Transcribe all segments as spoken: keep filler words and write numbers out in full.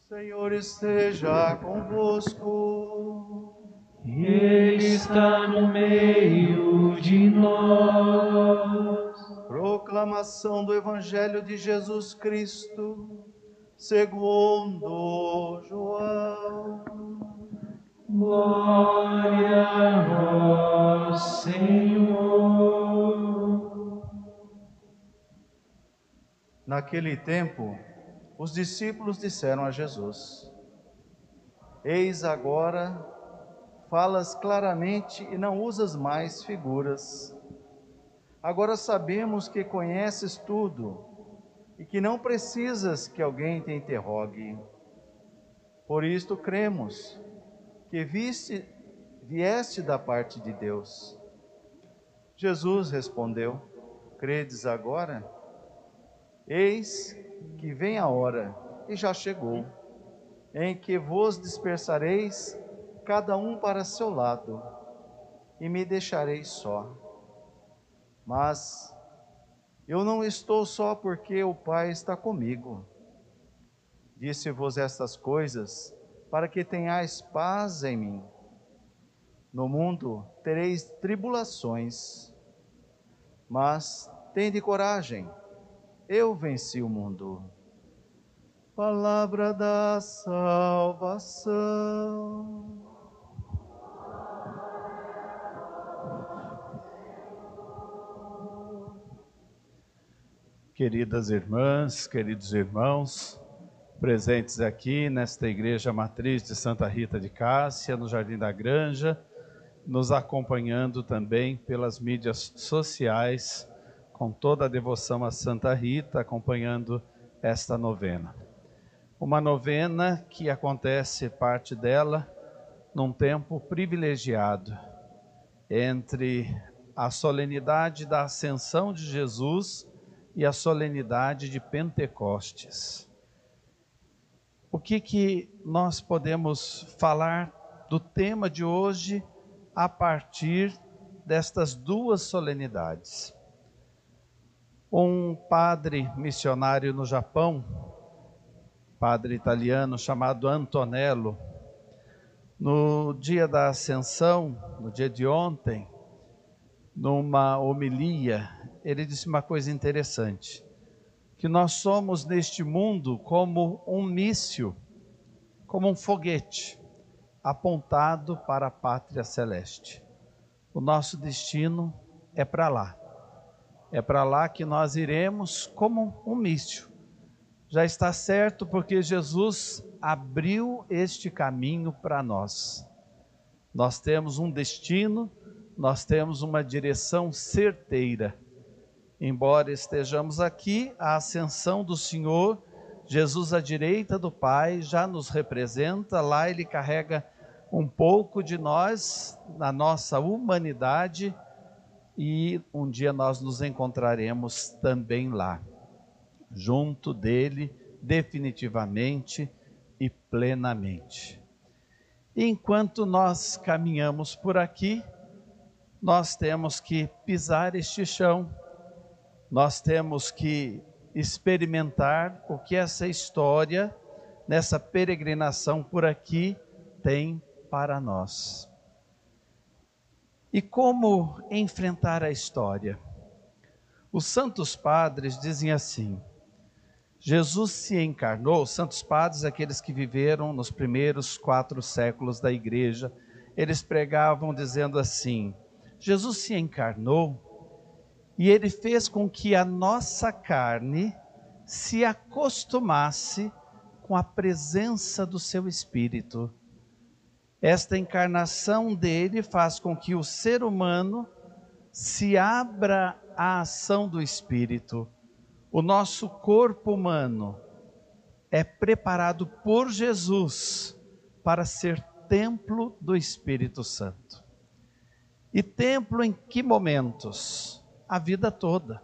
Senhor esteja convosco. Ele está no meio de nós. Proclamação do Evangelho de Jesus Cristo, segundo João. Glória a vós, Senhor. Naquele tempo, os discípulos disseram a Jesus: Eis agora, falas claramente e não usas mais figuras. Agora sabemos que conheces tudo e que não precisas que alguém te interrogue. Por isto cremos que viste, vieste da parte de Deus. Jesus respondeu: Credes agora? Eis que vem a hora, e já chegou, em que vos dispersareis, cada um para seu lado, e me deixareis só. Mas eu não estou só porque o Pai está comigo. Disse-vos estas coisas para que tenhais paz em mim. No mundo tereis tribulações, mas tende coragem, eu venci o mundo. Palavra da salvação. Queridas irmãs, queridos irmãos, presentes aqui nesta Igreja Matriz de Santa Rita de Cássia, no Jardim da Granja, nos acompanhando também pelas mídias sociais, com toda a devoção a Santa Rita, acompanhando esta novena. Uma novena que acontece, parte dela, num tempo privilegiado, entre a solenidade da Ascensão de Jesus e a solenidade de Pentecostes. O que que nós podemos falar do tema de hoje a partir destas duas solenidades? Um padre missionário no Japão, padre italiano chamado Antonello, no dia da Ascensão, no dia de ontem, numa homilia, ele disse uma coisa interessante, que nós somos neste mundo como um míssil, como um foguete, apontado para a pátria celeste. O nosso destino é para lá. É para lá que nós iremos como um míssil. Já está certo porque Jesus abriu este caminho para nós. Nós temos um destino, nós temos uma direção certeira. Embora estejamos aqui, a ascensão do Senhor, Jesus à direita do Pai, já nos representa. Lá Ele carrega um pouco de nós, na nossa humanidade, e um dia nós nos encontraremos também lá, junto dele, definitivamente e plenamente. Enquanto nós caminhamos por aqui, nós temos que pisar este chão, nós temos que experimentar o que essa história, nessa peregrinação por aqui, tem para nós. E como enfrentar a história? Os santos padres dizem assim: Jesus se encarnou. Os santos padres, aqueles que viveram nos primeiros quatro séculos da igreja, eles pregavam dizendo assim: Jesus se encarnou e ele fez com que a nossa carne se acostumasse com a presença do seu Espírito. Esta encarnação dele faz com que o ser humano se abra à ação do Espírito. O nosso corpo humano é preparado por Jesus para ser templo do Espírito Santo. E templo em que momentos? A vida toda.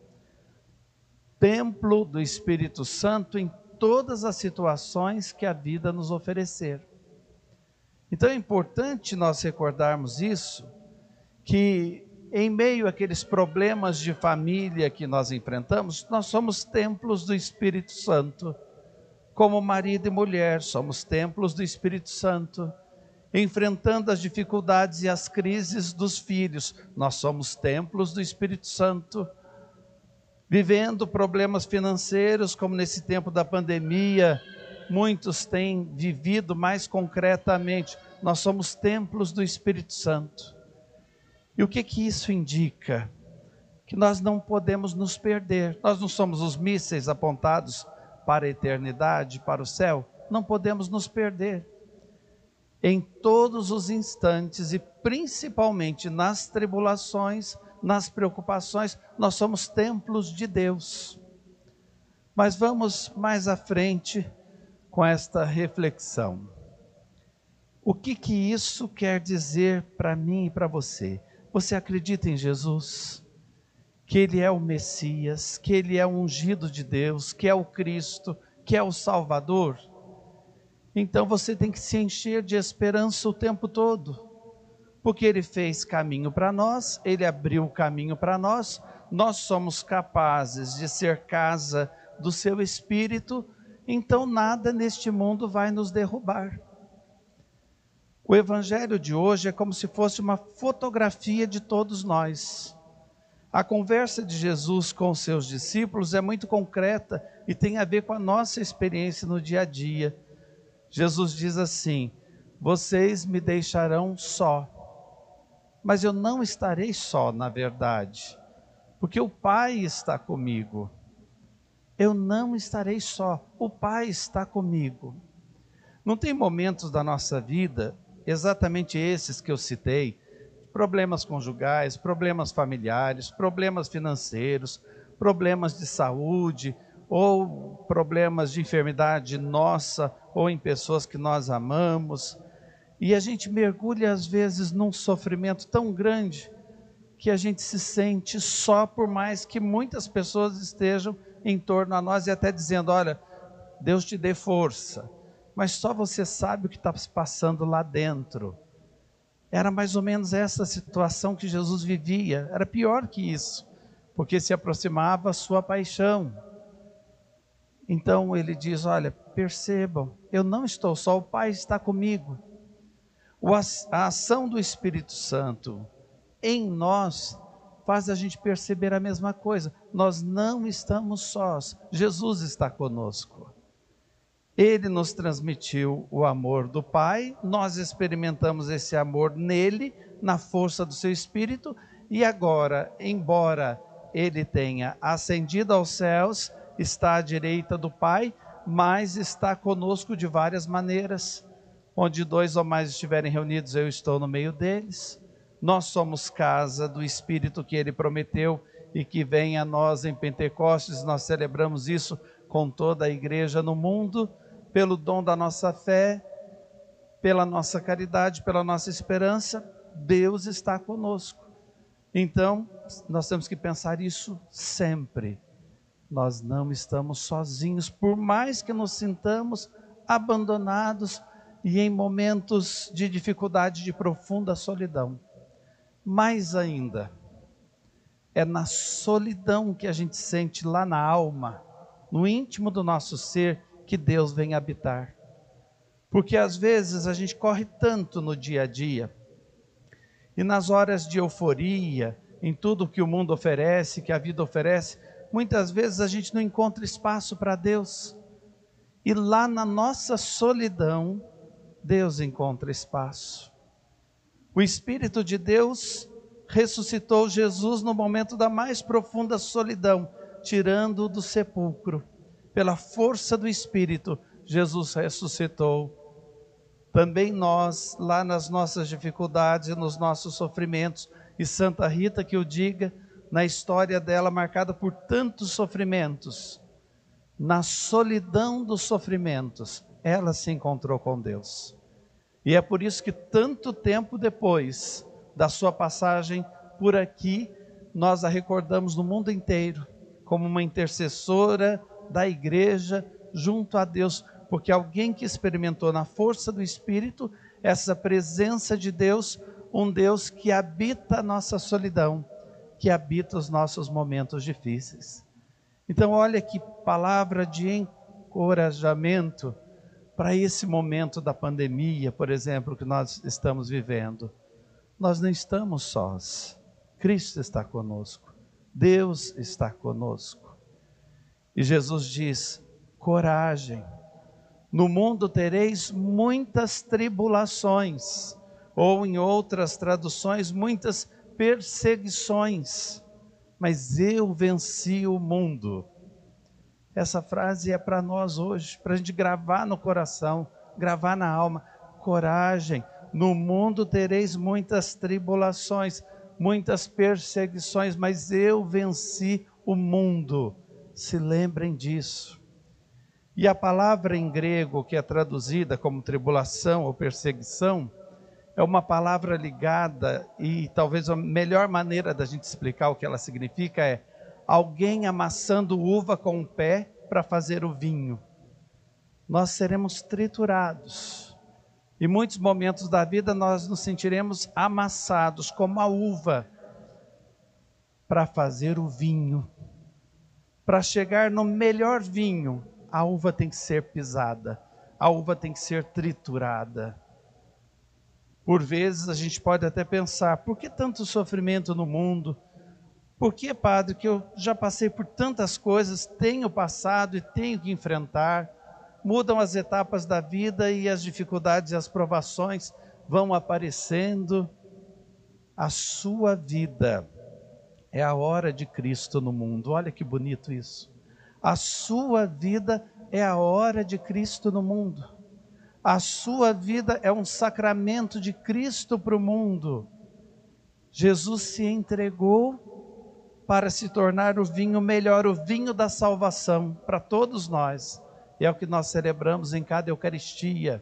Templo do Espírito Santo em todas as situações que a vida nos oferecer. Então é importante nós recordarmos isso, que em meio àqueles problemas de família que nós enfrentamos, nós somos templos do Espírito Santo. Como marido e mulher, somos templos do Espírito Santo. Enfrentando as dificuldades e as crises dos filhos, nós somos templos do Espírito Santo. Vivendo problemas financeiros, como nesse tempo da pandemia, muitos têm vivido mais concretamente, nós somos templos do Espírito Santo. E o que que isso indica? Que nós não podemos nos perder. Nós não somos os mísseis apontados para a eternidade, para o céu. Não podemos nos perder. Em todos os instantes e principalmente nas tribulações, nas preocupações, nós somos templos de Deus. Mas vamos mais à frente com esta reflexão. O que que isso quer dizer para mim e para você? Você acredita em Jesus? Que Ele é o Messias, que Ele é o ungido de Deus, que é o Cristo, que é o Salvador? Então você tem que se encher de esperança o tempo todo, porque Ele fez caminho para nós, Ele abriu o caminho para nós, nós somos capazes de ser casa do Seu Espírito, então nada neste mundo vai nos derrubar. O Evangelho de hoje é como se fosse uma fotografia de todos nós. A conversa de Jesus com os seus discípulos é muito concreta e tem a ver com a nossa experiência no dia a dia. Jesus diz assim: vocês me deixarão só, mas eu não estarei só, na verdade, porque o Pai está comigo. Eu não estarei só, o Pai está comigo. Não tem momentos da nossa vida, exatamente esses que eu citei, problemas conjugais, problemas familiares, problemas financeiros, problemas de saúde, ou problemas de enfermidade nossa, ou em pessoas que nós amamos, e a gente mergulha às vezes num sofrimento tão grande, que a gente se sente só, por mais que muitas pessoas estejam em torno a nós, e até dizendo, olha, Deus te dê força, mas só você sabe o que está se passando lá dentro. Era mais ou menos essa situação que Jesus vivia, era pior que isso, porque se aproximava a sua paixão. Então ele diz, olha, percebam, eu não estou só, o Pai está comigo. A ação do Espírito Santo em nós faz a gente perceber a mesma coisa. Nós não estamos sós, Jesus está conosco. Ele nos transmitiu o amor do Pai, nós experimentamos esse amor nele, na força do seu Espírito, e agora, embora ele tenha ascendido aos céus, está à direita do Pai, mas está conosco de várias maneiras. Onde dois ou mais estiverem reunidos, eu estou no meio deles. Nós somos casa do Espírito que Ele prometeu e que vem a nós em Pentecostes. Nós celebramos isso com toda a igreja no mundo, pelo dom da nossa fé, pela nossa caridade, pela nossa esperança. Deus está conosco. Então, nós temos que pensar isso sempre. Nós não estamos sozinhos, por mais que nos sintamos abandonados e em momentos de dificuldade, de profunda solidão. Mais ainda, é na solidão que a gente sente lá na alma, no íntimo do nosso ser, que Deus vem habitar. Porque às vezes a gente corre tanto no dia a dia, e nas horas de euforia, em tudo que o mundo oferece, que a vida oferece, muitas vezes a gente não encontra espaço para Deus. E lá na nossa solidão, Deus encontra espaço. O Espírito de Deus ressuscitou Jesus no momento da mais profunda solidão, tirando-o do sepulcro. Pela força do Espírito, Jesus ressuscitou. Também nós, lá nas nossas dificuldades e nos nossos sofrimentos, e Santa Rita que o diga, na história dela marcada por tantos sofrimentos, na solidão dos sofrimentos, ela se encontrou com Deus. E é por isso que tanto tempo depois da sua passagem por aqui, nós a recordamos no mundo inteiro, como uma intercessora da igreja junto a Deus, porque alguém que experimentou na força do Espírito, essa presença de Deus, um Deus que habita a nossa solidão, que habita os nossos momentos difíceis. Então olha que palavra de encorajamento para esse momento da pandemia, por exemplo, que nós estamos vivendo. Nós não estamos sós. Cristo está conosco. Deus está conosco. E Jesus diz: coragem. No mundo tereis muitas tribulações, ou em outras traduções, muitas perseguições, mas eu venci o mundo. Essa frase é para nós hoje, para a gente gravar no coração, gravar na alma. Coragem, no mundo tereis muitas tribulações, muitas perseguições, mas eu venci o mundo. Se lembrem disso. E a palavra em grego que é traduzida como tribulação ou perseguição, é uma palavra ligada, e talvez a melhor maneira da gente explicar o que ela significa é alguém amassando uva com o pé para fazer o vinho. Nós seremos triturados. Em muitos momentos da vida nós nos sentiremos amassados como a uva para fazer o vinho. Para chegar no melhor vinho, a uva tem que ser pisada, a uva tem que ser triturada. Por vezes a gente pode até pensar, por que tanto sofrimento no mundo? Por que, padre, que eu já passei por tantas coisas, tenho passado e tenho que enfrentar? Mudam as etapas da vida e as dificuldades e as provações vão aparecendo. A sua vida é a hora de Cristo no mundo. Olha que bonito isso. A sua vida é a hora de Cristo no mundo. A sua vida é um sacramento de Cristo para o mundo. Jesus se entregou para se tornar o vinho melhor, o vinho da salvação para todos nós. E é o que nós celebramos em cada Eucaristia.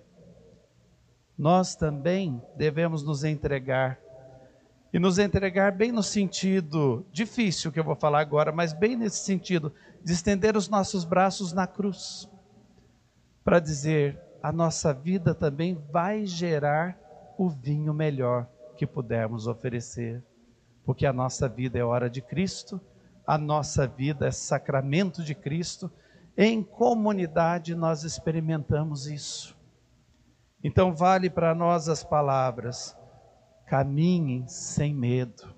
Nós também devemos nos entregar. E nos entregar bem no sentido difícil que eu vou falar agora, mas bem nesse sentido, de estender os nossos braços na cruz, para dizer, a nossa vida também vai gerar o vinho melhor que pudermos oferecer, porque a nossa vida é hora de Cristo, a nossa vida é sacramento de Cristo, em comunidade nós experimentamos isso. Então vale para nós as palavras, caminhem sem medo,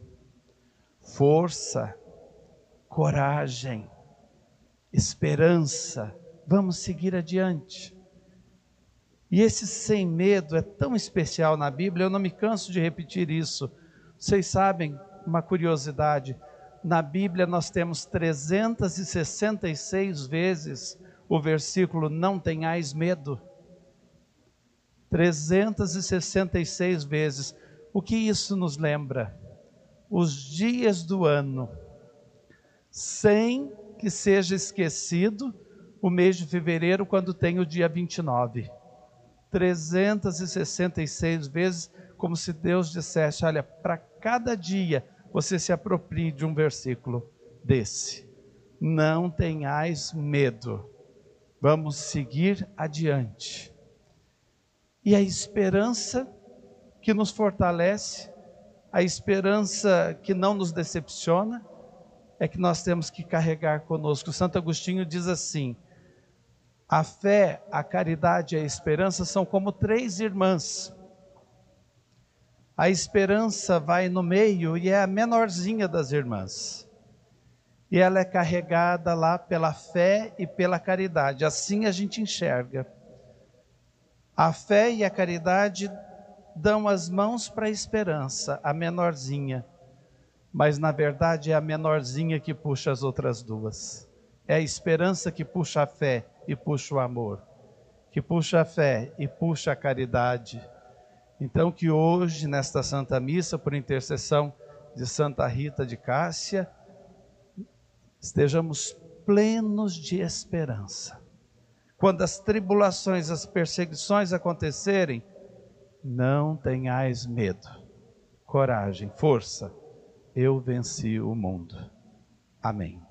força, coragem, esperança, vamos seguir adiante. E esse sem medo é tão especial na Bíblia, eu não me canso de repetir isso. Vocês sabem, uma curiosidade, na Bíblia nós temos trezentas e sessenta e seis vezes o versículo não tenhais medo. trezentas e sessenta e seis vezes. O que isso nos lembra? Os dias do ano, sem que seja esquecido o mês de fevereiro, quando tem o dia vinte e nove. trezentas e sessenta e seis vezes, como se Deus dissesse, olha, para cada dia você se aproprie de um versículo desse. Não tenhais medo, vamos seguir adiante. E a esperança que nos fortalece, a esperança que não nos decepciona, é que nós temos que carregar conosco. Santo Agostinho diz assim, a fé, a caridade e a esperança são como três irmãs. A esperança vai no meio e é a menorzinha das irmãs. E ela é carregada lá pela fé e pela caridade. Assim a gente enxerga. A fé e a caridade dão as mãos para a esperança, a menorzinha. Mas na verdade é a menorzinha que puxa as outras duas. É a esperança que puxa a fé e puxa o amor, que puxa a fé e puxa a caridade. Então que hoje, nesta Santa Missa, por intercessão de Santa Rita de Cássia, estejamos plenos de esperança. Quando as tribulações, as perseguições acontecerem, não tenhais medo, coragem, força, eu venci o mundo. Amém.